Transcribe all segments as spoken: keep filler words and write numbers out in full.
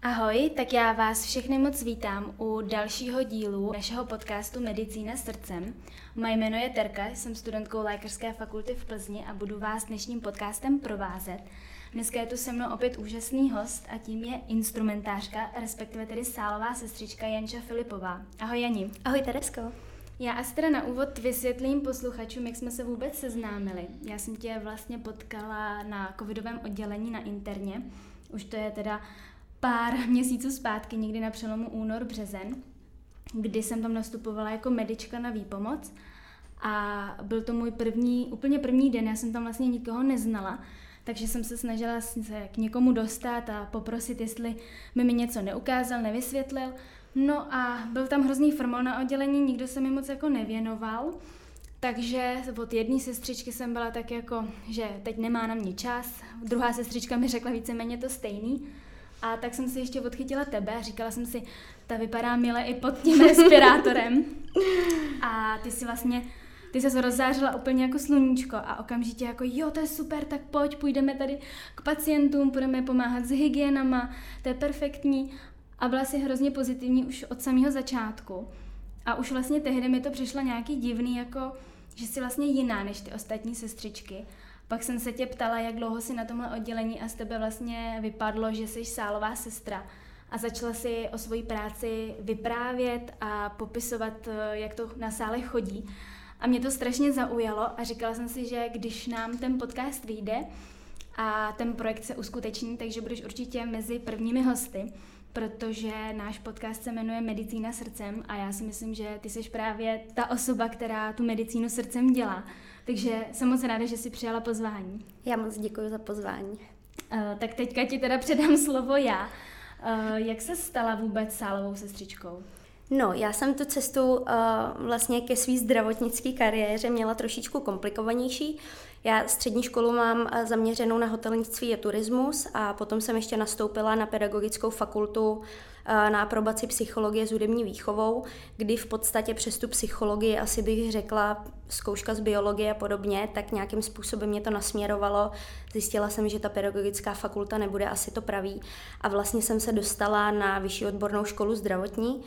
Ahoj, tak já vás všechny moc vítám u dalšího dílu našeho podcastu Medicína srdcem. Moje jméno je Terka, jsem studentkou Lékařské fakulty v Plzni a budu vás dnešním podcastem provázet. Dneska je tu se mnou opět úžasný host a tím je instrumentářka, respektive tedy sálová sestřička Janča Filipová. Ahoj Jani. Ahoj Teresko. Já asi teda na úvod vysvětlím posluchačům, jak jsme se vůbec seznámili. Já jsem tě vlastně potkala na covidovém oddělení na interně. Už to je teda pár měsíců zpátky, někdy na přelomu únor-březen, kdy jsem tam nastupovala jako medička na výpomoc a byl to můj první, úplně první den, já jsem tam vlastně nikoho neznala, takže jsem se snažila se k někomu dostat a poprosit, jestli by mi něco neukázal, nevysvětlil. No a byl tam hrozný formál na oddělení, nikdo se mi moc jako nevěnoval, takže od jedné sestřičky jsem byla tak jako, že teď nemá na mě čas, druhá sestřička mi řekla víceméně to stejný. A tak jsem si ještě odchytila tebe a říkala jsem si, ta vypadá mile i pod tím respirátorem. A ty si vlastně, ty se rozzářila úplně jako sluníčko a okamžitě jako jo, to je super, tak pojď, půjdeme tady k pacientům, budeme pomáhat s hygienama, to je perfektní. A byla si hrozně pozitivní už od samého začátku. A už vlastně tehdy mi to přišlo nějaký divný, jako, že jsi vlastně jiná než ty ostatní sestřičky. Pak jsem se tě ptala, jak dlouho jsi na tomhle oddělení a z tebe vlastně vypadlo, že jsi sálová sestra. A začala si o svojí práci vyprávět a popisovat, jak to na sále chodí. A mě to strašně zaujalo a říkala jsem si, že když nám ten podcast vyjde a ten projekt se uskuteční, takže budeš určitě mezi prvními hosty, protože náš podcast se jmenuje Medicína srdcem a já si myslím, že ty jsi právě ta osoba, která tu medicínu srdcem dělá. Takže jsem moc ráda, že jsi přijala pozvání. Já moc děkuji za pozvání. Uh, tak teďka ti teda předám slovo já. Uh, jak se stala vůbec sálovou sestřičkou? No, já jsem tu cestu uh, vlastně ke své zdravotnické kariéře měla trošičku komplikovanější. Já střední školu mám zaměřenou na hotelnictví a turismus a potom jsem ještě nastoupila na pedagogickou fakultu na aprobaci psychologie s hudební výchovou, kdy v podstatě přes tu psychologii asi bych řekla zkouška z biologie a podobně, tak nějakým způsobem mě to nasměrovalo. Zjistila jsem, že ta pedagogická fakulta nebude asi to pravý a vlastně jsem se dostala na vyšší odbornou školu zdravotní,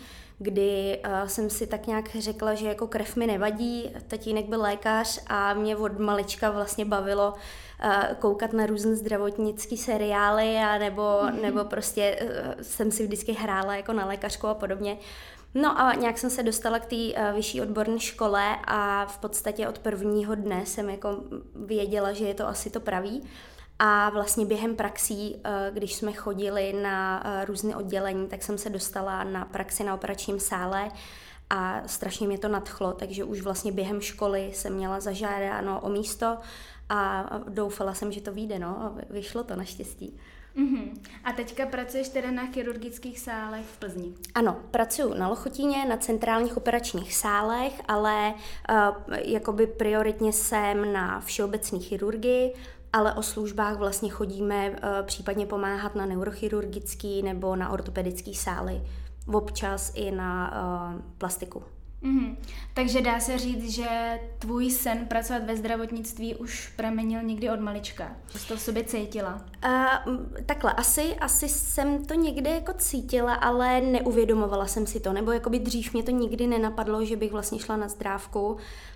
kdy uh, jsem si tak nějak řekla, že jako krev mi nevadí, tatínek byl lékař a mě od malička vlastně bavilo uh, koukat na různé zdravotnické seriály a nebo, mm. nebo prostě uh, jsem si vždycky hrála jako na lékařku a podobně. No a nějak jsem se dostala k té uh, vyšší odborné škole a v podstatě od prvního dne jsem jako věděla, že je to asi to pravý. A vlastně během praxí, když jsme chodili na různé oddělení, tak jsem se dostala na praxi na operačním sále a strašně mě to nadchlo, takže už vlastně během školy jsem měla zažádáno o místo a doufala jsem, že to vyjde, no a vyšlo to naštěstí. Mm-hmm. A teďka pracuješ teda na chirurgických sálech v Plzni? Ano, pracuji na Lochotíně, na centrálních operačních sálech, ale uh, jakoby prioritně jsem na všeobecné chirurgii, ale o službách vlastně chodíme uh, případně pomáhat na neurochirurgický nebo na ortopedický sály, občas i na uh, plastiku. Mm-hmm. Takže dá se říct, že tvůj sen pracovat ve zdravotnictví už pramenil někdy od malička, že jsi to v sobě cítila? Uh, takhle, asi, asi jsem to někde jako cítila, ale neuvědomovala jsem si to, nebo jakoby dřív mě to nikdy nenapadlo, že bych vlastně šla na zdrávku.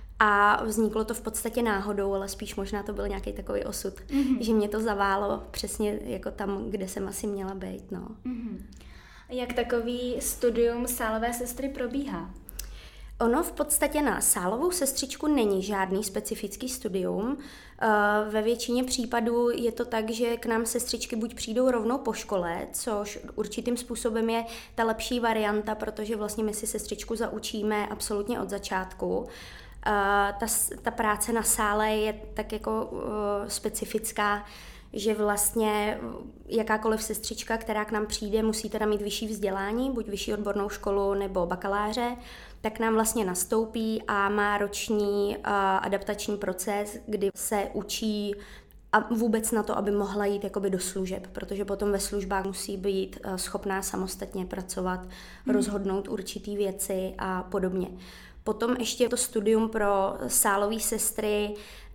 A vzniklo to v podstatě náhodou, ale spíš možná to byl nějaký takový osud, mm-hmm. že mě to zaválo přesně jako tam, kde jsem asi měla být. No. Mm-hmm. Jak takový studium sálové sestry probíhá? Ono v podstatě na sálovou sestřičku není žádný specifický studium. Ve většině případů je to tak, že k nám sestřičky buď přijdou rovnou po škole, což určitým způsobem je ta lepší varianta, protože vlastně my si sestřičku zaučíme absolutně od začátku. Uh, ta, ta práce na sále je tak jako uh, specifická, že vlastně jakákoliv sestřička, která k nám přijde, musí teda mít vyšší vzdělání, buď vyšší odbornou školu nebo bakaláře, tak nám vlastně nastoupí a má roční uh, adaptační proces, kdy se učí a vůbec na to, aby mohla jít jakoby do služeb, protože potom ve službách musí být uh, schopná samostatně pracovat, hmm. rozhodnout určitý věci a podobně. Potom ještě to studium pro sálové sestry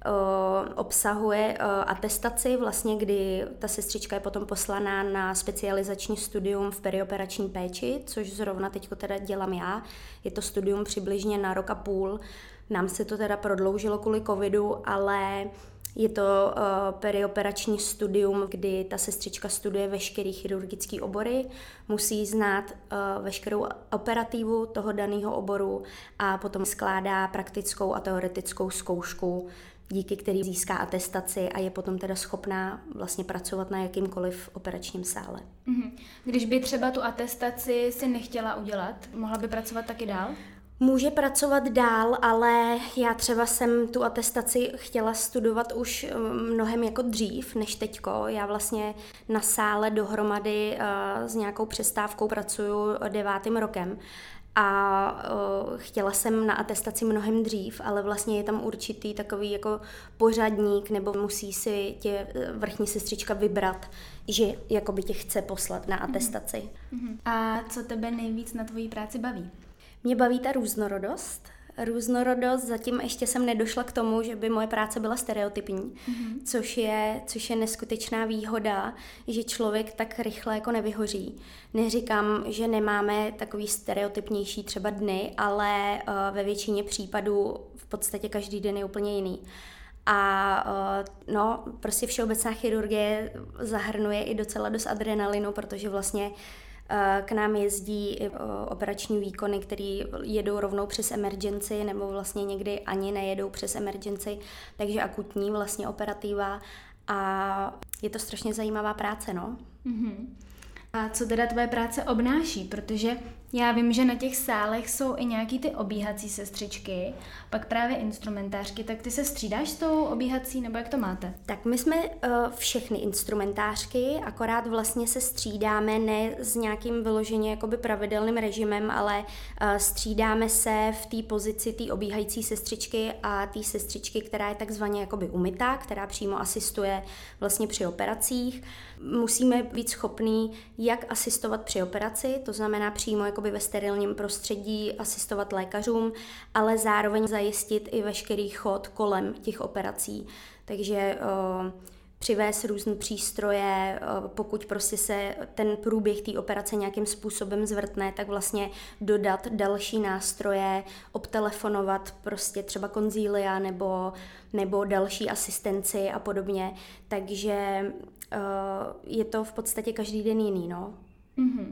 obsahuje atestaci, vlastně, kdy ta sestřička je potom poslaná na specializační studium v perioperační péči, což zrovna teďko teda dělám já. Je to studium přibližně na rok a půl. Nám se to teda prodloužilo kvůli covidu, ale je to uh, perioperační studium, kdy ta sestřička studuje veškerý chirurgický obory, musí znát uh, veškerou operativu toho daného oboru a potom skládá praktickou a teoretickou zkoušku, díky který získá atestaci a je potom teda schopná vlastně pracovat na jakýmkoliv operačním sále. Když by třeba tu atestaci si nechtěla udělat, mohla by pracovat taky dál? Může pracovat dál, ale já třeba jsem tu atestaci chtěla studovat už mnohem jako dřív než teďko. Já vlastně na sále dohromady uh, s nějakou přestávkou pracuju devátým rokem. A uh, chtěla jsem na atestaci mnohem dřív, ale vlastně je tam určitý takový jako pořadník, nebo musí si tě vrchní sestřička vybrat, že jakoby tě chce poslat na atestaci. Mm-hmm. A co tebe nejvíc na tvojí práci baví? Mě baví ta různorodost. Různorodost, zatím ještě jsem nedošla k tomu, že by moje práce byla stereotypní, mm-hmm. což je, což je neskutečná výhoda, že člověk tak rychle jako nevyhoří. Neříkám, že nemáme takový stereotypnější třeba dny, ale uh, ve většině případů v podstatě každý den je úplně jiný. A uh, no, prostě všeobecná chirurgie zahrnuje i docela dost adrenalinu, protože vlastně k nám jezdí operační výkony, které jedou rovnou přes emergency nebo vlastně někdy ani nejedou přes emergency, takže akutní vlastně operativa a je to strašně zajímavá práce, no. Mm-hmm. A co teda tvoje práce obnáší? Protože já vím, že na těch sálech jsou i nějaký ty obíhací sestřičky, pak právě instrumentářky, tak ty se střídáš s tou obíhací, nebo jak to máte? Tak my jsme uh, všechny instrumentářky, akorát vlastně se střídáme ne s nějakým vyloženě jakoby pravidelným režimem, ale uh, střídáme se v té pozici té obíhající sestřičky a té sestřičky, která je takzvaně jakoby umytá, která přímo asistuje vlastně při operacích. Musíme být schopní jak asistovat při operaci, to znamená přímo jakoby ve sterilním prostředí asistovat lékařům, ale zároveň zajistit i veškerý chod kolem těch operací. Takže uh, přivést různé přístroje, uh, pokud prostě se ten průběh té operace nějakým způsobem zvrtne, tak vlastně dodat další nástroje, obtelefonovat prostě třeba konzília nebo, nebo další asistenci a podobně. Takže uh, je to v podstatě každý den jiný, no. Mm-hmm.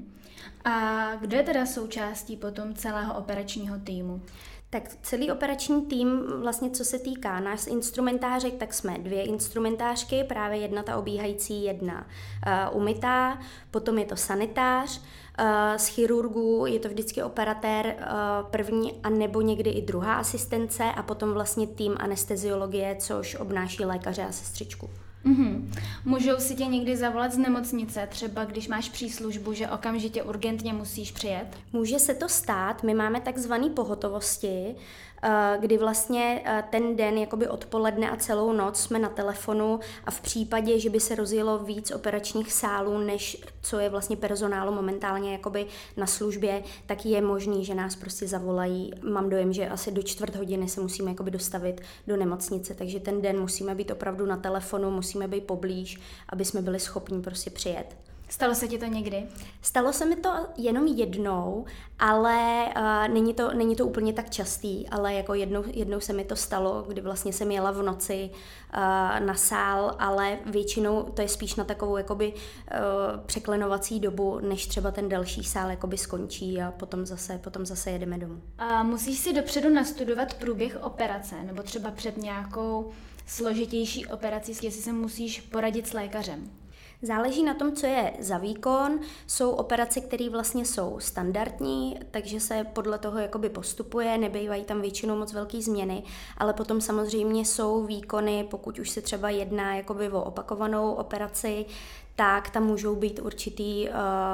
A kdo je teda součástí potom celého operačního týmu? Tak celý operační tým, vlastně co se týká nás instrumentářek, tak jsme dvě instrumentářky, právě jedna ta obíhající, jedna uh, umytá, potom je to sanitář, uh, z chirurgů je to vždycky operatér uh, první a nebo někdy i druhá asistence a potom vlastně tým anesteziologie, což obnáší lékaře a sestřičku. Mm-hmm. Můžou si tě někdy zavolat z nemocnice, třeba když máš příslužbu, že okamžitě urgentně musíš přijet? Může se to stát, my máme takzvané pohotovosti, kdy vlastně ten den jakoby odpoledne a celou noc jsme na telefonu a v případě, že by se rozjelo víc operačních sálů, než co je vlastně personálu momentálně jakoby na službě, tak je možný, že nás prostě zavolají. Mám dojem, že asi do čtvrt hodiny se musíme jakoby dostavit do nemocnice, takže ten den musíme být opravdu na telefonu, musíme být poblíž, aby jsme byli schopni prostě přijet. Stalo se ti to někdy? Stalo se mi to jenom jednou, ale uh, není, to, není to úplně tak častý, ale jako jednou, jednou se mi to stalo, kdy vlastně jsem jela v noci uh, na sál, ale většinou to je spíš na takovou jakoby uh, překlenovací dobu, než třeba ten další sál jakoby skončí a potom zase, potom zase jedeme domů. A musíš si dopředu nastudovat průběh operace, nebo třeba před nějakou složitější operací, jestli se musíš poradit s lékařem? Záleží na tom, co je za výkon. Jsou operace, které vlastně jsou standardní, takže se podle toho jakoby postupuje, nebývají tam většinou moc velké změny, ale potom samozřejmě jsou výkony, pokud už se třeba jedná jakoby o opakovanou operaci, tak tam můžou být určitý uh,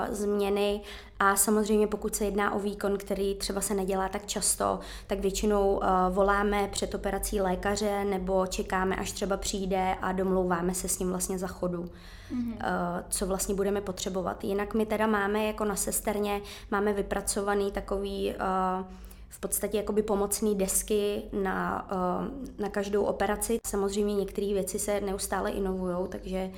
změny a samozřejmě pokud se jedná o výkon, který třeba se nedělá tak často, tak většinou uh, voláme před operací lékaře nebo čekáme, až třeba přijde a domlouváme se s ním vlastně za chodu, mm-hmm. uh, co vlastně budeme potřebovat. Jinak my teda máme jako na sesterně, máme vypracovaný takový uh, v podstatě jakoby pomocné desky na, na každou operaci. Samozřejmě některé věci se neustále inovujou, takže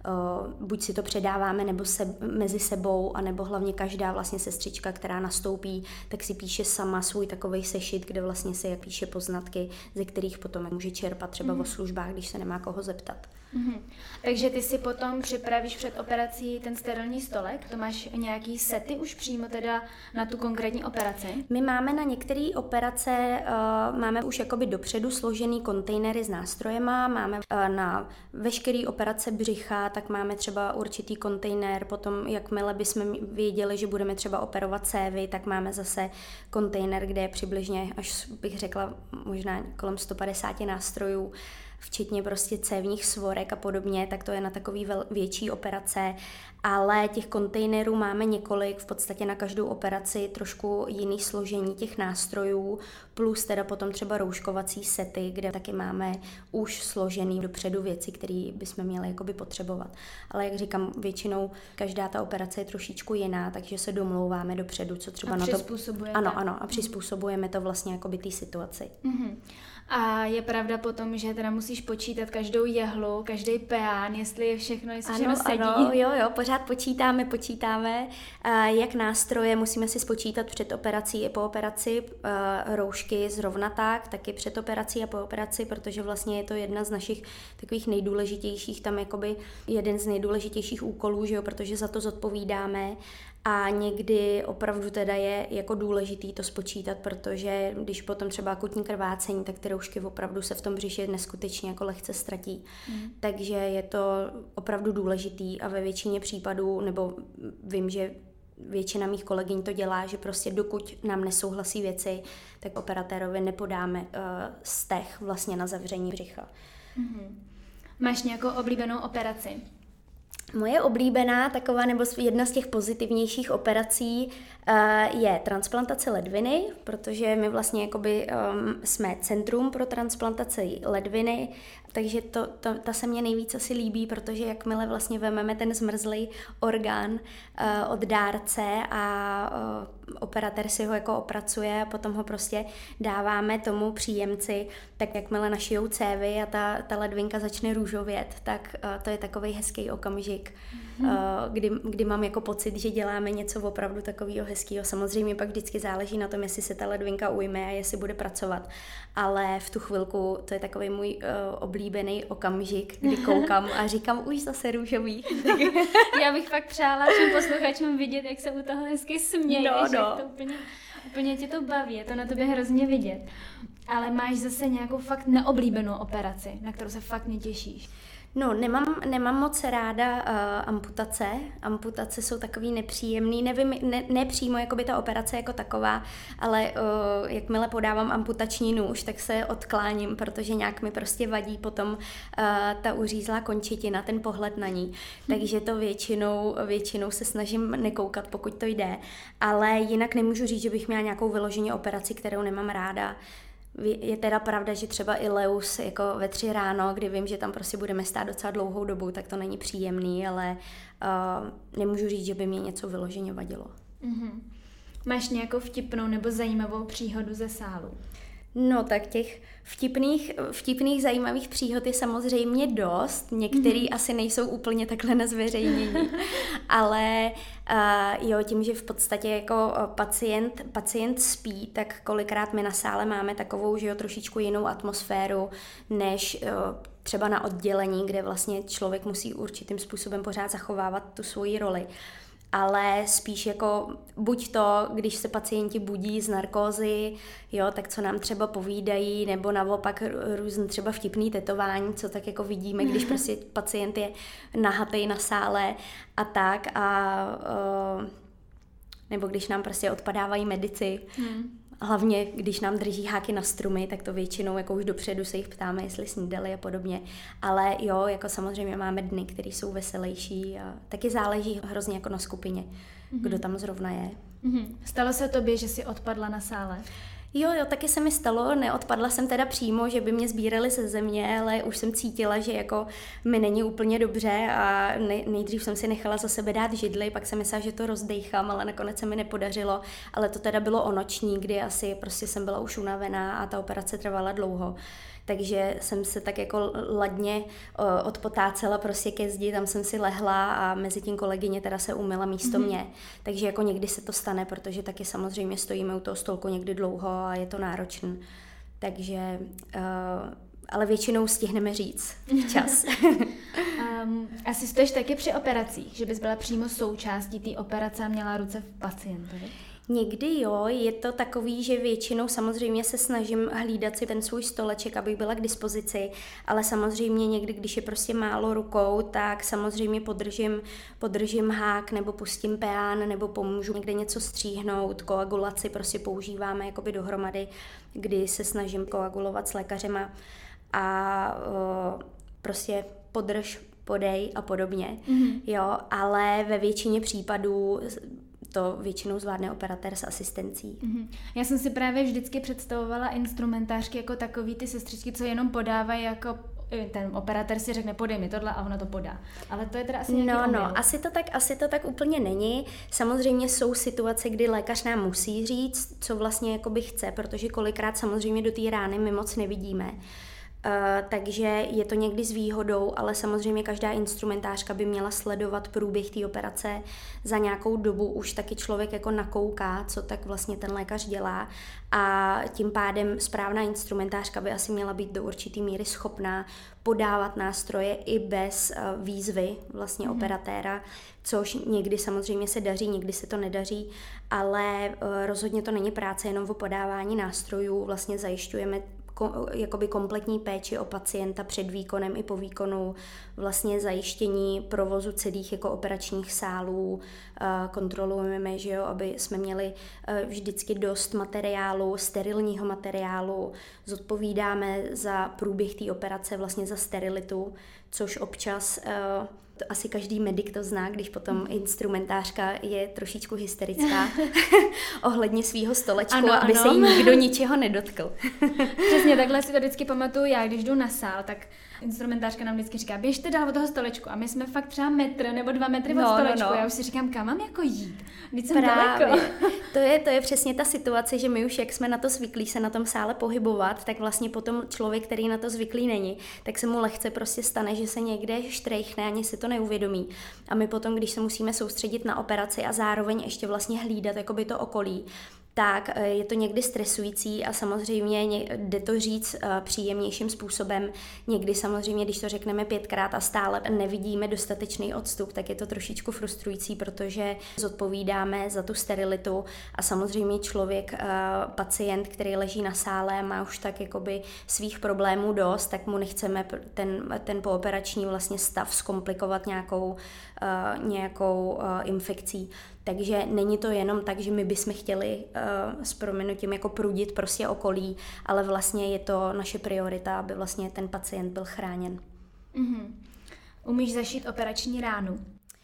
Uh, buď si to předáváme nebo se, mezi sebou, anebo hlavně každá vlastně sestřička, která nastoupí, tak si píše sama svůj takovej sešit, kde vlastně se píše poznatky, ze kterých potom může čerpat třeba mm-hmm. o službách, když se nemá koho zeptat. Mm-hmm. Takže ty si potom připravíš před operací ten sterilní stolek? To máš nějaký sety už přímo teda na tu konkrétní operaci? My máme na některé operace, uh, máme už jakoby dopředu složený kontejnery s nástrojema, máme uh, na veškeré operace břicha, tak máme třeba určitý kontejner, potom jakmile bychom věděli, že budeme třeba operovat cévy, tak máme zase kontejner, kde je přibližně, až bych řekla, možná kolem sto padesát nástrojů, včetně prostě cévních svorek a podobně, tak to je na takový vel, větší operace, ale těch kontejnerů máme několik, v podstatě na každou operaci trošku jiný složení těch nástrojů, plus teda potom třeba rouškovací sety, kde taky máme už složený dopředu věci, které bychom měli jakoby potřebovat. Ale jak říkám, většinou každá ta operace je trošičku jiná, takže se domlouváme dopředu, co třeba a na to... přizpůsobujeme. Ano, ano, a přizpůsobujeme to vlastně jakoby té situaci. Mm-hmm. A je pravda potom, že teda musíš počítat každou jehlu, každý peán, jestli je všechno, jestli všechno sedí. Ano, jo, jo, pořád počítáme, počítáme, jak nástroje musíme si spočítat před operací i po operaci, roušky zrovna tak, taky před operací a po operaci, protože vlastně je to jedna z našich takových nejdůležitějších, tam jakoby jeden z nejdůležitějších úkolů, že jo, protože za to zodpovídáme. A někdy opravdu teda je jako důležitý to spočítat, protože když potom třeba akutní krvácení, tak ty roušky opravdu se v tom břiše neskutečně jako lehce ztratí. Mm. Takže je to opravdu důležitý a ve většině případů, nebo vím, že většina mých kolegyň to dělá, že prostě dokud nám nesouhlasí věci, tak operatérovi nepodáme uh, steh vlastně na zavření břicha. Mm-hmm. Máš nějakou oblíbenou operaci? Moje oblíbená taková, nebo jedna z těch pozitivnějších operací uh, je transplantace ledviny, protože my vlastně jakoby um, jsme centrum pro transplantaci ledviny, takže to, to, ta se mně nejvíc asi líbí, protože jakmile vlastně vezmeme ten zmrzlý orgán uh, od dárce a uh, operatér si ho jako opracuje a potom ho prostě dáváme tomu příjemci, tak jakmile našijou cévy a ta, ta ledvinka začne růžovět, tak uh, to je takovej hezký okamžik, mm. uh, kdy, kdy mám jako pocit, že děláme něco opravdu takového hezkého. Samozřejmě pak vždycky záleží na tom, jestli se ta ledvinka ujme a jestli bude pracovat, ale v tu chvilku to je takový můj uh, oblíbený okamžik, kdy koukám a říkám, už zase růžový. Já bych fakt přála všem posluchačům vidět, jak se u toho hezky směješ, no, no. jak to úplně, úplně tě to baví, je to na tobě hrozně vidět. Ale máš zase nějakou fakt neoblíbenou operaci, na kterou se fakt netěšíš? No, nemám, nemám moc ráda uh, amputace. Amputace jsou takový nepříjemný, nevím, ne, ne přímo jakoby ta operace jako taková, ale uh, jakmile podávám amputační nůž, tak se odkláním, protože nějak mi prostě vadí potom uh, ta uřízlá končetina, ten pohled na ní. Hmm. Takže to většinou, většinou se snažím nekoukat, pokud to jde. Ale jinak nemůžu říct, že bych měla nějakou vyloženě operaci, kterou nemám ráda. Je teda pravda, že třeba i Leus jako ve tři ráno, kdy vím, že tam prostě budeme stát docela dlouhou dobu, tak to není příjemný, ale uh, nemůžu říct, že by mě něco vyloženě vadilo. Mm-hmm. Máš nějakou vtipnou nebo zajímavou příhodu ze sálu? No tak těch vtipných, vtipných zajímavých příhod je samozřejmě dost, některý mm-hmm. asi nejsou úplně takhle na zveřejnění, ale uh, jo, tím, že v podstatě jako pacient, pacient spí, tak kolikrát my na sále máme takovou, že jo, trošičku jinou atmosféru, než uh, třeba na oddělení, kde vlastně člověk musí určitým způsobem pořád zachovávat tu svoji roli. Ale spíš jako buď to, když se pacienti budí z narkózy, jo, tak co nám třeba povídají, nebo naopak různý třeba vtipný tetování, co tak jako vidíme, když prostě pacient je nahatej na sále a tak a uh, nebo když nám prostě odpadávají medici. Hmm. Hlavně, když nám drží háky na strumy, tak to většinou jako už dopředu se jich ptáme, jestli snídali a podobně. Ale jo, jako samozřejmě máme dny, které jsou veselější a taky záleží hrozně jako na skupině, mm-hmm. kdo tam zrovna je. Mm-hmm. Stalo se tobě, že jsi odpadla na sále? Jo, jo, taky se mi stalo, neodpadla jsem teda přímo, že by mě sbírali ze země, ale už jsem cítila, že jako mi není úplně dobře a nej, nejdřív jsem si nechala za sebe dát židli, pak jsem myslela, že to rozdejchám, ale nakonec se mi nepodařilo, ale to teda bylo o noční, kdy asi prostě jsem byla už unavená a ta operace trvala dlouho. Takže jsem se tak jako ladně odpotácela prostě ke zdi, tam jsem si lehla a mezi tím kolegyně teda se umyla místo mm-hmm. mě. Takže jako někdy se to stane, protože taky samozřejmě stojíme u toho stolku někdy dlouho a je to náročné. Takže, uh, ale většinou stihneme říct včas. um, asi stojíš taky při operacích, že bys byla přímo součástí té operace a měla ruce v pacientovi? Někdy jo, je to takový, že většinou samozřejmě se snažím hlídat si ten svůj stoleček, abych byla k dispozici, ale samozřejmě někdy, když je prostě málo rukou, tak samozřejmě podržím, podržím hák nebo pustím peán nebo pomůžu někde něco stříhnout, koagulaci prostě používáme jakoby dohromady, kdy se snažím koagulovat s lékařema a o, prostě podrž, podej a podobně, mm-hmm. jo, ale ve většině případů to většinou zvládne operatér s asistencí. Mm-hmm. Já jsem si právě vždycky představovala instrumentářky jako takový ty sestřičky, co jenom podávají jako ten operatér si řekne podej mi tohle a ona to podá. Ale to je teda asi nějaký No, omyl. no, asi to, tak, asi to tak úplně není. Samozřejmě jsou situace, kdy lékař nám musí říct, co vlastně jakoby chce, protože kolikrát samozřejmě do té rány my moc nevidíme. Uh, takže je to někdy s výhodou, ale samozřejmě každá instrumentářka by měla sledovat průběh té operace za nějakou dobu, už taky člověk jako nakouká, co tak vlastně ten lékař dělá a tím pádem správná instrumentářka by asi měla být do určitý míry schopná podávat nástroje i bez uh, výzvy vlastně mm. operatéra, což někdy samozřejmě se daří, někdy se to nedaří, ale uh, rozhodně to není práce jenom o podávání nástrojů, vlastně zajišťujeme jakoby kompletní péči o pacienta před výkonem i po výkonu, vlastně zajištění provozu celých jako operačních sálů, kontrolujeme, že jo, aby jsme měli vždycky dost materiálu, sterilního materiálu, zodpovídáme za průběh té operace, vlastně za sterilitu, což občas to asi každý medic to zná, když potom instrumentářka je trošičku hysterická ohledně svýho stolečku, ano, aby ano. se jí nikdo ničeho nedotkl. Přesně, takhle si to vždycky pamatuju já, když jdu na sál, tak instrumentářka nám vždycky říká, běžte dál od toho stolečku a my jsme fakt třeba metr nebo dva metry od no, stolečku. No, no. Já už si říkám, kam mám jako jít? Vždyť jsem Právě. daleko. To je, to je přesně ta situace, že my už, jak jsme na to zvyklí se na tom sále pohybovat, tak vlastně potom člověk, který na to zvyklý není, tak se mu lehce prostě stane, že se někde štrejchne, ani si to neuvědomí. A my potom, když se musíme soustředit na operaci a zároveň ještě vlastně hlídat jakoby to okolí, tak je to někdy stresující a samozřejmě jde to říct příjemnějším způsobem. Někdy samozřejmě, když to řekneme pětkrát a stále nevidíme dostatečný odstup, tak je to trošičku frustrující, protože zodpovídáme za tu sterilitu a samozřejmě člověk, pacient, který leží na sále, má už tak jakoby svých problémů dost, tak mu nechceme ten, ten pooperační vlastně stav zkomplikovat nějakou, nějakou infekcí. Takže není to jenom tak, že my bychom chtěli uh, s prominutím jako prudit prostě okolí, ale vlastně je to naše priorita, aby vlastně ten pacient byl chráněn. Mm-hmm. Umíš zašít operační ránu?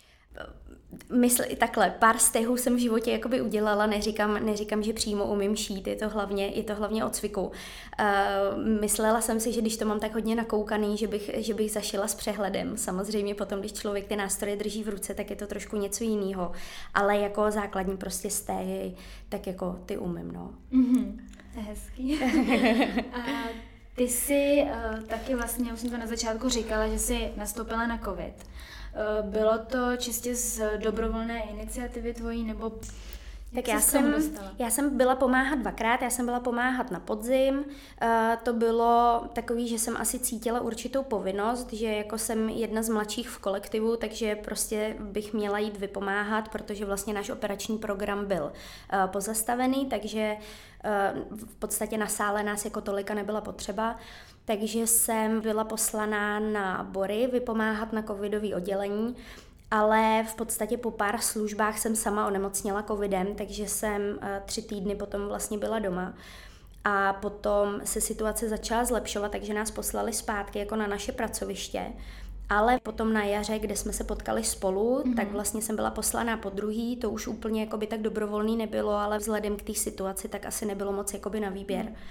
Mysl, takhle, pár stehů jsem v životě jakoby udělala, neříkám, neříkám, že přímo umím šít, je to hlavně, je to hlavně od cviku. Uh, myslela jsem si, že když to mám tak hodně nakoukaný, že bych, že bych zašila s přehledem. Samozřejmě potom, když člověk ty nástroje drží v ruce, tak je to trošku něco jiného. Ale jako základní prostě stehy, tak jako ty umím, no. Mm-hmm. To je hezký. A ty jsi uh, taky vlastně, už jsem to na začátku říkala, že jsi nastoupila na covid. Bylo to čistě z dobrovolné iniciativy tvojí, nebo tak já jsem, já jsem byla pomáhat dvakrát, já jsem byla pomáhat na podzim, to bylo takový, že jsem asi cítila určitou povinnost, že jako jsem jedna z mladších v kolektivu, takže prostě bych měla jít vypomáhat, protože vlastně náš operační program byl pozastavený, takže v podstatě na sále nás jako tolika nebyla potřeba. Takže jsem byla poslaná na Bory vypomáhat na covidové oddělení, ale v podstatě po pár službách jsem sama onemocněla covidem, takže jsem tři týdny potom vlastně byla doma. A potom se situace začala zlepšovat, takže nás poslali zpátky jako na naše pracoviště. Ale potom na jaře, kde jsme se potkali spolu, mm-hmm. tak vlastně jsem byla poslaná po druhý, to už úplně jakoby tak dobrovolný nebylo, ale vzhledem k té situaci tak asi nebylo moc jakoby na výběr. Mm.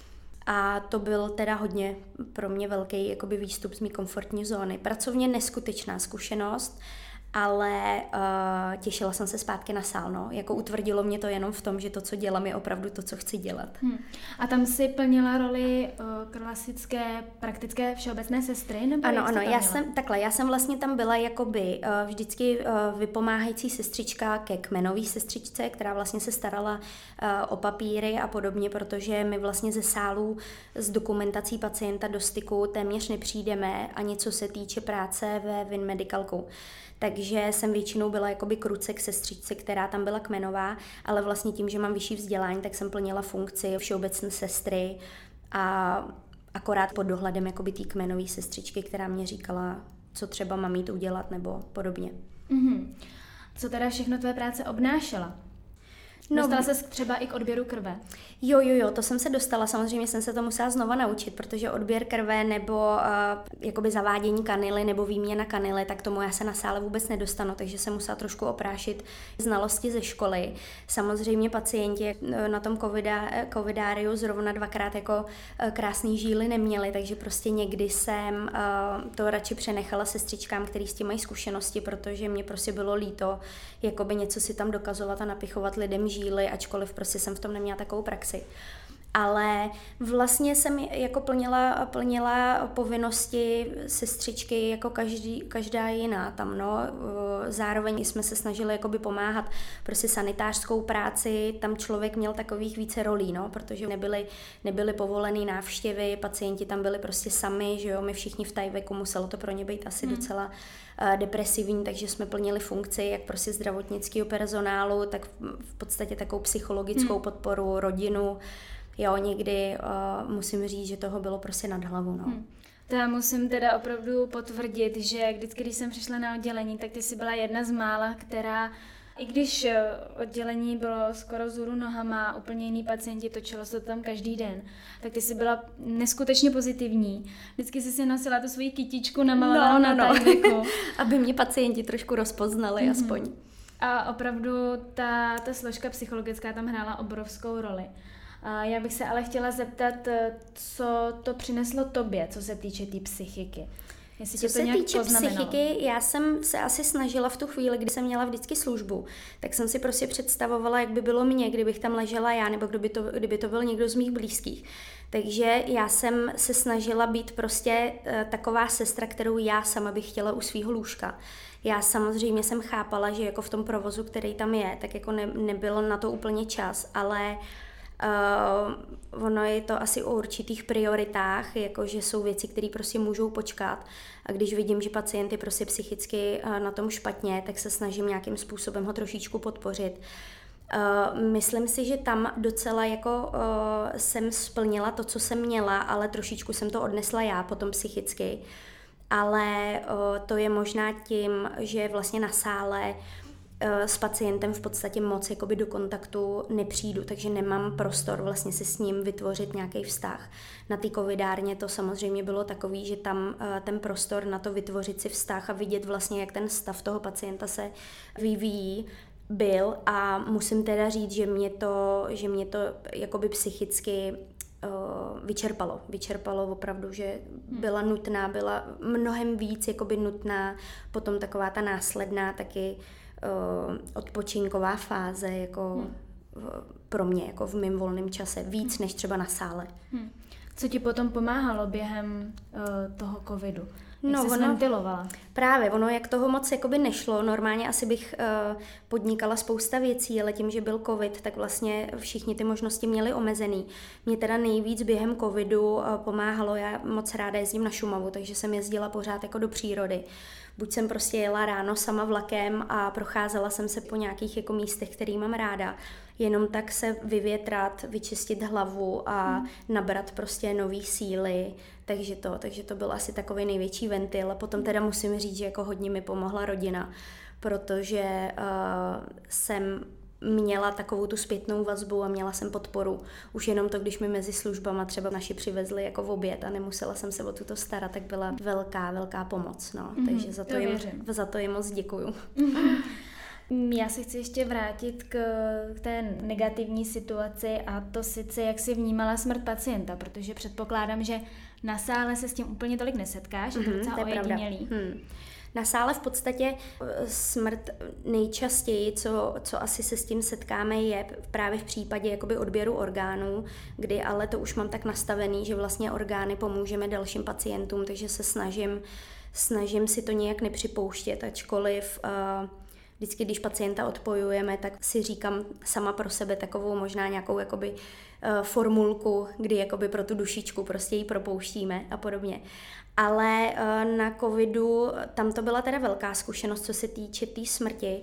A to byl teda hodně pro mě velký jakoby výstup z mý komfortní zóny. Pracovně neskutečná zkušenost, ale uh, těšila jsem se zpátky na sál, no. Jako utvrdilo mě to jenom v tom, že to, co dělám, je opravdu to, co chci dělat. Hmm. A tam si plnila roli uh, klasické, praktické všeobecné sestry? Nebo ano, ano, já jsem, takhle, já jsem vlastně tam byla jakoby uh, vždycky uh, vypomáhající sestřička ke kmenové sestřičce, která vlastně se starala uh, o papíry a podobně, protože my vlastně ze sálů s dokumentací pacienta do styku téměř nepřijdeme, ani co se týče práce ve Vin Medicalku. Takže jsem většinou byla jakoby kruce k sestřičce, která tam byla kmenová, ale vlastně tím, že mám vyšší vzdělání, tak jsem plnila funkci všeobecné sestry a akorát pod dohledem jakoby té kmenové sestřičky, která mě říkala, co třeba mám jít udělat nebo podobně. Mm-hmm. Co teda všechno tvé práce obnášela? No, dostala ses třeba i k odběru krve? Jo, jo, jo, to jsem se dostala, samozřejmě jsem se to musela znova naučit, protože odběr krve nebo uh, jakoby zavádění kanily nebo výměna kanily, tak tomu já se na sále vůbec nedostanu, takže jsem musela trošku oprášit znalosti ze školy. Samozřejmě pacienti na tom covida, covidáriu zrovna dvakrát jako uh, krásný žíly neměli, takže prostě někdy jsem uh, to radši přenechala sestřičkám, který s tím mají zkušenosti, protože mě prostě bylo líto jakoby něco si tam dokazovat a napichovat lidem žíly, ačkoliv prostě jsem v tom neměla takovou praxi. Ale vlastně jsem jako plnila, plnila povinnosti sestřičky jako každý, každá jiná tam, no. Zároveň jsme se snažili jakoby pomáhat prostě sanitářskou práci, tam člověk měl takových více rolí, no, protože nebyly, nebyly povolený návštěvy, pacienti tam byli prostě sami, že jo, my všichni v Tajveku, muselo to pro ně být asi hmm. docela uh, depresivní, takže jsme plnili funkci jak prostě zdravotnického personálu, tak v podstatě takovou psychologickou hmm. podporu, rodinu. Jo, někdy uh, musím říct, že toho bylo prostě nad hlavu, no. Hmm. To já musím teda opravdu potvrdit, že vždycky, když jsem přišla na oddělení, tak ty jsi byla jedna z mála, která, i když oddělení bylo skoro vzhůru nohama, úplně jiný pacienti, točilo se to tam každý den, tak ty jsi byla neskutečně pozitivní. Vždycky jsi si nosila tu svoji kytičku namalovanou no, no, na Tajveku. No. Aby mě pacienti trošku rozpoznali mm-hmm. aspoň. A opravdu ta, ta složka psychologická tam hrála obrovskou roli. A já bych se ale chtěla zeptat, co to přineslo tobě, co se týče té tý psychiky. Jestli co tě to se nějak týče poznamenalo. psychiky, já jsem se asi snažila v tu chvíli, kdy jsem měla vždycky službu, tak jsem si prostě představovala, jak by bylo mě, kdybych tam ležela já, nebo kdyby to, kdyby to byl někdo z mých blízkých. Takže já jsem se snažila být prostě uh, taková sestra, kterou já sama bych chtěla u svýho lůžka. Já samozřejmě jsem chápala, že jako v tom provozu, který tam je, tak jako ne, nebyl na to úplně čas, ale Uh, ono je to asi o určitých prioritách, jakože jsou věci, které prostě můžou počkat a když vidím, že pacient je prostě psychicky uh, na tom špatně, tak se snažím nějakým způsobem ho trošičku podpořit. Uh, myslím si, že tam docela jako uh, jsem splnila to, co jsem měla, ale trošičku jsem to odnesla já potom psychicky, ale uh, to je možná tím, že vlastně na sále s pacientem v podstatě moc jakoby do kontaktu nepřijdu, takže nemám prostor vlastně se s ním vytvořit nějaký vztah. Na té covidárně to samozřejmě bylo takový, že tam ten prostor na to vytvořit si vztah a vidět vlastně, jak ten stav toho pacienta se vyvíjí, byl a musím teda říct, že mě to, že mě to jakoby psychicky vyčerpalo. Vyčerpalo opravdu, že byla nutná, byla mnohem víc jakoby nutná, potom taková ta následná taky odpočinková fáze jako hmm. pro mě, jako v mém volném čase, víc než třeba na sále. Hmm. Co ti potom pomáhalo během uh, toho covidu? Jak no, jsi ono, ventilovala? Právě, ono jak toho moc jakoby nešlo, normálně asi bych uh, podnikala spousta věcí, ale tím, že byl covid, tak vlastně všichni ty možnosti měli omezený. Mě teda nejvíc během covidu uh, pomáhalo, já moc ráda jezdím na Šumavu, takže jsem jezdila pořád jako do přírody. Buď jsem prostě jela ráno sama vlakem a procházela jsem se po nějakých jako místech, který mám ráda, jenom tak se vyvětrat, vyčistit hlavu a hmm. nabrat prostě nový síly, takže to, takže to byl asi takový největší ventil. A potom teda musím říct, že jako hodně mi pomohla rodina, protože uh, jsem měla takovou tu zpětnou vazbu a měla jsem podporu. Už jenom to, když mi mezi službama třeba naši přivezli jako v oběd a nemusela jsem se o tuto starat, tak byla velká, velká pomoc. No. Mm-hmm, takže za to, to jim, za to jim moc děkuju. Mm-hmm. Já se chci ještě vrátit k, k té negativní situaci a to sice, jak jsi vnímala smrt pacienta, protože předpokládám, že na sále se s tím úplně tolik nesetkáš, mm-hmm, je to docela ojedinělý. Hmm. Na sále v podstatě smrt nejčastěji, co, co asi se s tím setkáme, je právě v případě jakoby odběru orgánů, kdy ale to už mám tak nastavený, že vlastně orgány pomůžeme dalším pacientům, takže se snažím, snažím si to nějak nepřipouštět, ačkoliv uh, vždycky, když pacienta odpojujeme, tak si říkám sama pro sebe takovou možná nějakou jakoby uh, formulku, kdy jakoby pro tu dušičku prostě ji propouštíme a podobně. Ale uh, na covidu, tam to byla teda velká zkušenost, co se týče té tý smrti.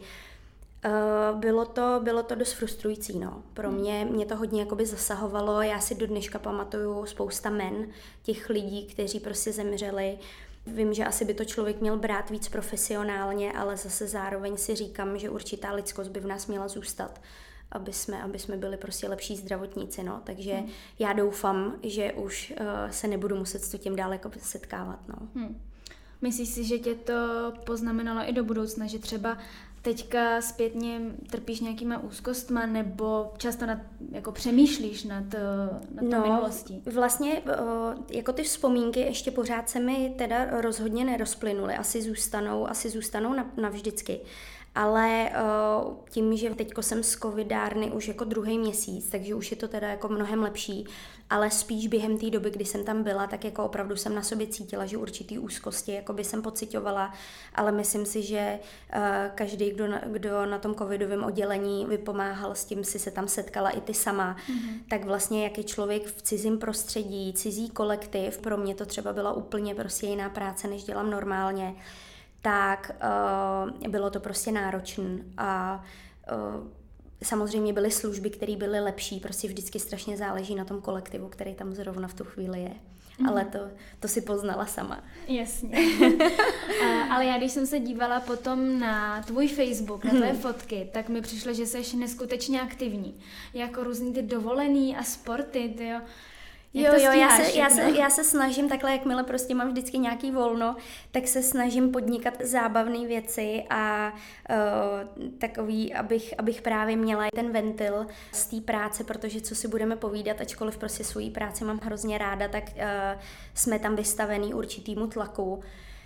Uh, bylo to, bylo to dost frustrující, no. Pro mě, mě to hodně jakoby zasahovalo, já si do dneška pamatuju spousta men těch lidí, kteří prostě zemřeli. Vím, že asi by to člověk měl brát víc profesionálně, ale zase zároveň si říkám, že určitá lidskost by v nás měla zůstat, aby jsme, aby jsme byli prostě lepší zdravotníci, no. Takže hmm. já doufám, že už uh, se nebudu muset s tím dál jako setkávat, no. Hmm. Myslíš si, že tě to poznamenalo i do budoucna, že třeba teďka zpětně trpíš nějakýma úzkostma nebo často nad, jako přemýšlíš nad, nad no, minulostí? Vlastně jako ty vzpomínky ještě pořád se mi teda rozhodně nerozplynuly. Asi zůstanou, asi zůstanou navždycky. Ale uh, tím, že teďko jsem z covidárny už jako druhý měsíc, takže už je to teda jako mnohem lepší, ale spíš během té doby, kdy jsem tam byla, tak jako opravdu jsem na sobě cítila, že určitý úzkosti jako by jsem pocitovala, ale myslím si, že uh, každý, kdo na, kdo na tom covidovém oddělení vypomáhal, s tím si se tam setkala i ty sama, mm-hmm. tak vlastně jak je člověk v cizím prostředí, cizí kolektiv, pro mě to třeba byla úplně prostě jiná práce, než dělám normálně, tak uh, bylo to prostě náročné a uh, samozřejmě byly služby, které byly lepší, prostě vždycky strašně záleží na tom kolektivu, který tam zrovna v tu chvíli je. Mm. Ale to, to si poznala sama. Jasně. a, ale já když jsem se dívala potom na tvůj Facebook, na tvoje fotky, tak mi přišlo, že jsi neskutečně aktivní. Jako různý ty dovolený a sporty, ty jo. Jo, jo, já se, já, se, já se snažím takhle, jakmile prostě mám vždycky nějaký volno, tak se snažím podnikat zábavné věci a uh, takový, abych, abych právě měla ten ventil z té práce, protože co si budeme povídat, ačkoliv prostě svoji práci mám hrozně ráda, tak uh, jsme tam vystavený určitýmu tlaku.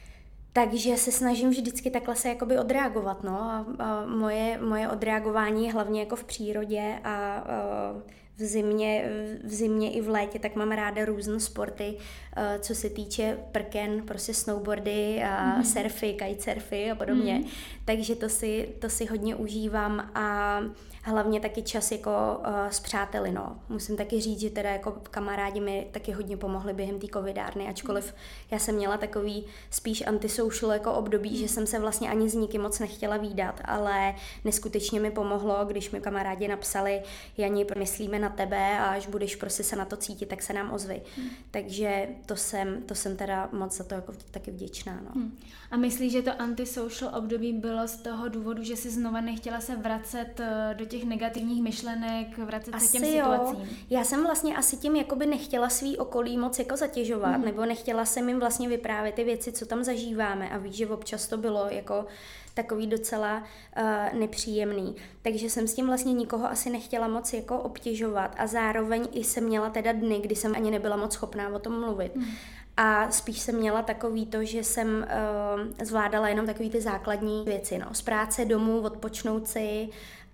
Takže se snažím vždycky takhle se jakoby odreagovat, no. A, a moje, moje odreagování je hlavně jako v přírodě a uh, v zimě, v zimě i v létě, tak mám ráda různé sporty, co se týče prken, prostě snowboardy a mm. surfy, kitesurfy a podobně. Mm. Takže to si, to si hodně užívám a hlavně taky čas jako uh, s přáteli, no. Musím taky říct, že teda jako kamarádi mi taky hodně pomohli během té covidárny, ačkoliv já jsem měla takový spíš antisocial jako období, mm. že jsem se vlastně ani s nikým moc nechtěla vídat, ale neskutečně mi pomohlo, když mi kamarádi napsali, Jani, myslíme na tebe a až budeš prostě se na to cítit, tak se nám ozvi. Mm. Takže to jsem, to jsem teda moc za to jako taky vděčná, no. Mm. A myslíš, že to antisocial období bylo z toho důvodu, že jsi znova nechtěla se vracet do těch negativních myšlenek, vracet asi se těm situacím? Jo. Já jsem vlastně asi tím jakoby nechtěla svý okolí moc jako zatěžovat, mm. nebo nechtěla jsem jim vlastně vyprávět ty věci, co tam zažíváme a víš, že občas to bylo jako takový docela uh, nepříjemný. Takže jsem s tím vlastně nikoho asi nechtěla moc jako obtěžovat a zároveň i jsem měla teda dny, kdy jsem ani nebyla moc schopná o tom mluvit. Mm. A spíš jsem měla takový to, že jsem uh, zvládala jenom takový ty základní věci, no. Z práce domů, odpočnout si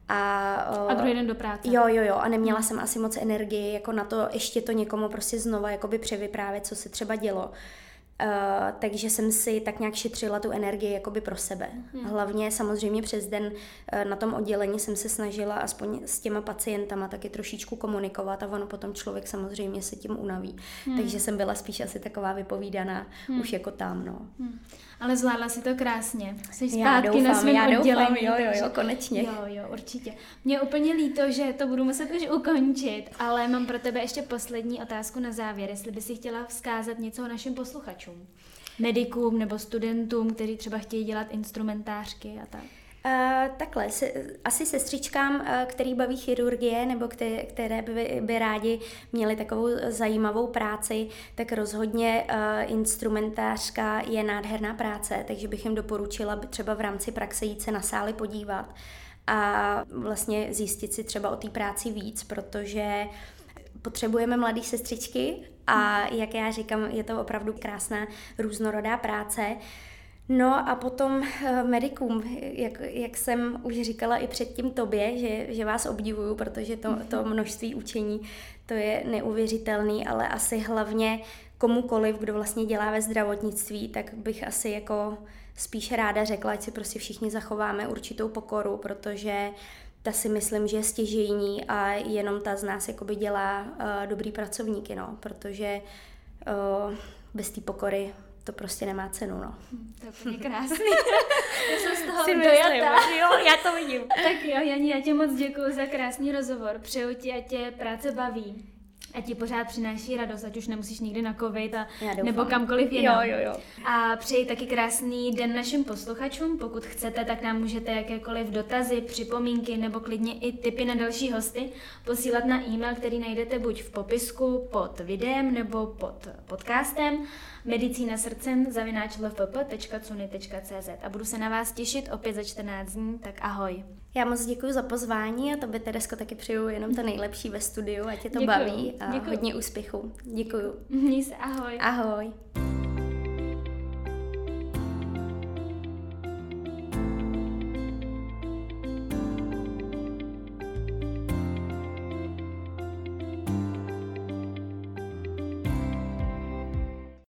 a... Uh, a druhý den do práce. Jo, jo, jo. A neměla hmm. jsem asi moc energii jako na to ještě to někomu prostě znova jakoby převyprávět, co se třeba dělo. Uh, takže jsem si tak nějak šetřila tu energii jakoby pro sebe. Hmm. Hlavně samozřejmě přes den uh, na tom oddělení jsem se snažila aspoň s těma pacientama taky trošičku komunikovat a ono potom člověk samozřejmě se tím unaví. Hmm. Takže jsem byla spíš asi taková vypovídaná hmm. už jako tam, no. Hmm. Ale zvládla si to krásně. Jsi zpátky já doufám, na svém já oddělení. Doufám, jo, jo, jo, konečně. Jo, jo, určitě. Mně je úplně líto, že to budu muset už ukončit, ale mám pro tebe ještě poslední otázku na závěr, jestli by si chtěla vzkázat něco našim posluchačům. Medikům nebo studentům, kteří třeba chtějí dělat instrumentářky a tak. Uh, takhle, se, asi sestřičkám, uh, který baví chirurgie nebo které, které by, by rádi měly takovou zajímavou práci, tak rozhodně uh, instrumentářka je nádherná práce, takže bych jim doporučila třeba v rámci praxe jít se na sály podívat a vlastně zjistit si třeba o té práci víc, protože potřebujeme mladé sestřičky a jak já říkám, je to opravdu krásná různorodá práce. No a potom medikům, jak, jak jsem už říkala i předtím tobě, že, že vás obdivuju, protože to, to množství učení, to je neuvěřitelný, ale asi hlavně komukoliv, kdo vlastně dělá ve zdravotnictví, tak bych asi jako spíš ráda řekla, ať si prostě všichni zachováme určitou pokoru, protože ta si myslím, že je stěžejní a jenom ta z nás jakoby dělá uh, dobrý pracovníky, no, protože uh, bez té pokory to prostě nemá cenu, no. To je úplně krásný. Já jsem z toho si dojata. Myslím, jo, já to vidím. Tak jo, Jani, já tě moc děkuji za krásný rozhovor. Přeju ti, ať tě práce baví. A ti pořád přináší radost, ať už nemusíš nikdy na covid a nebo kamkoliv jinam. Jo, jo, jo. A přeji taky krásný den našim posluchačům. Pokud chcete, tak nám můžete jakékoliv dotazy, připomínky nebo klidně i tipy na další hosty posílat na e-mail, který najdete buď v popisku pod videem nebo pod podcastem medicína srdcem zavináč l f p tečka cuny tečka c z. A budu se na vás těšit opět za čtrnáct dní, tak ahoj. Já moc děkuji za pozvání a tobě, Teresko, taky přeju jenom to nejlepší ve studiu, ať tě to děkuju, baví a děkuju. hodně úspěchů. Děkuju. Měj se, ahoj. Ahoj.